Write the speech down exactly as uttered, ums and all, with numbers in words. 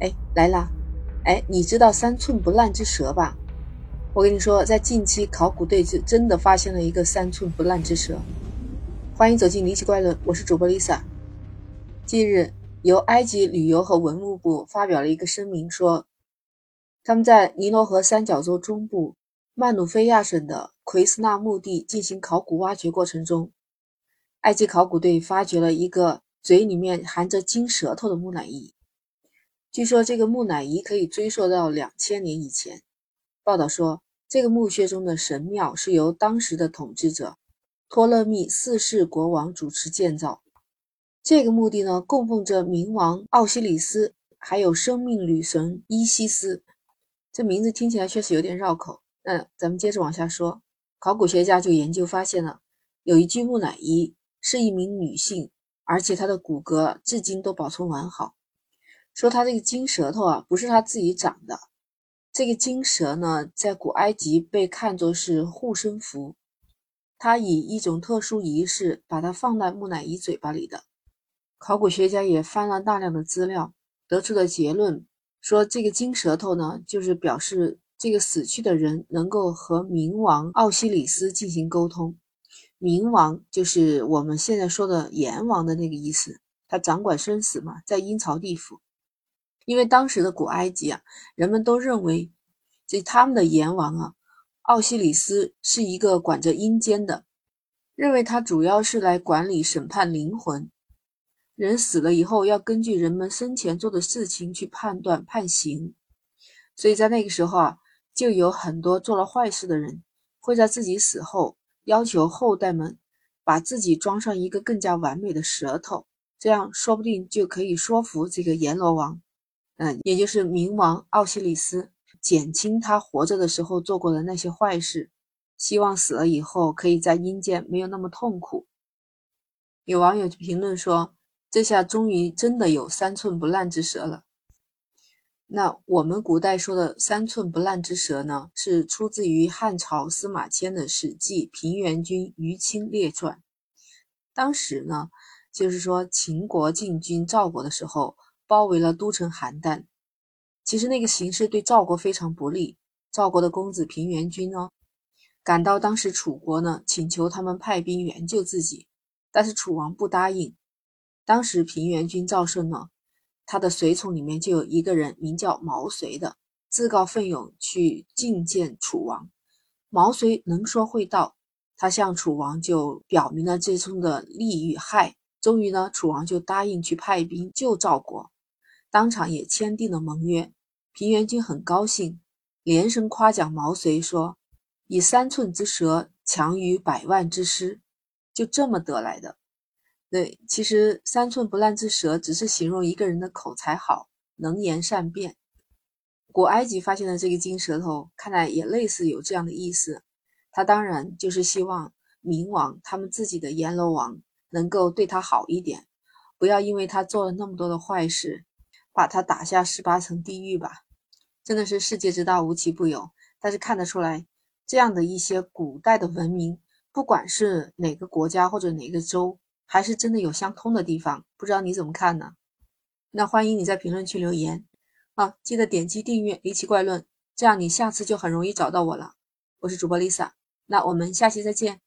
哎，来啦！哎，你知道三寸不烂之蛇吧？我跟你说，在近期考古队就真的发现了一个三寸不烂之蛇。欢迎走进离奇怪论，我是主播 Lisa。近日，由埃及旅游和文物部发表了一个声明，说他们在尼罗河三角洲中部曼努菲亚省的奎斯纳墓地进行考古挖掘过程中，埃及考古队发掘了一个嘴里面含着金舌头的木乃伊。据说这个木乃伊可以追溯到两千年以前。报道说，这个墓穴中的神庙是由当时的统治者托勒密四世国王主持建造。这个墓地呢，供奉着冥王奥西里斯，还有生命女神伊西斯。这名字听起来确实有点绕口。那咱们接着往下说，考古学家就研究发现了，有一具木乃伊是一名女性，而且她的骨骼至今都保存完好。说他这个金舌头啊，不是他自己长的。这个金蛇呢，在古埃及被看作是护身符，他以一种特殊仪式把它放在木乃伊嘴巴里的。考古学家也翻了大量的资料，得出的结论说，这个金舌头呢，就是表示这个死去的人能够和冥王奥西里斯进行沟通。冥王就是我们现在说的阎王的那个意思，他掌管生死嘛，在阴曹地府。因为当时的古埃及啊，人们都认为这他们的阎王啊，奥西里斯是一个管着阴间的，认为他主要是来管理审判灵魂。人死了以后要根据人们生前做的事情去判断判刑。所以在那个时候啊，就有很多做了坏事的人会在自己死后要求后代们把自己装上一个更加完美的舌头，这样说不定就可以说服这个阎罗王。嗯，也就是冥王奥西里斯，减轻他活着的时候做过的那些坏事，希望死了以后可以在阴间没有那么痛苦。有网友评论说，这下终于真的有三寸不烂之舌了。那我们古代说的三寸不烂之舌呢，是出自于汉朝司马迁的《史记·平原君于卿列传》。当时呢，就是说秦国进军赵国的时候，包围了都城邯郸。其实那个形势对赵国非常不利。赵国的公子平原君呢，赶到当时楚国呢，请求他们派兵援救自己，但是楚王不答应。当时平原君赵顺呢，他的随从里面就有一个人名叫毛遂的，自告奋勇去觐见楚王。毛遂能说会道，他向楚王就表明了这中的利与害。终于呢，楚王就答应去派兵救赵国，当场也签订了盟约。平原君很高兴，连声夸奖毛遂说，以三寸之舌强于百万之师，就这么得来的。对，其实三寸不烂之舌只是形容一个人的口才好，能言善辩。古埃及发现的这个金舌头看来也类似有这样的意思，他当然就是希望冥王他们自己的阎罗王能够对他好一点，不要因为他做了那么多的坏事把他打下十八层地狱吧。真的是世界之大无奇不有，但是看得出来，这样的一些古代的文明，不管是哪个国家或者哪个州，还是真的有相通的地方。不知道你怎么看呢？那欢迎你在评论区留言。好，记得点击订阅离奇怪论，这样你下次就很容易找到我了。我是主播 Lisa，那我们下期再见。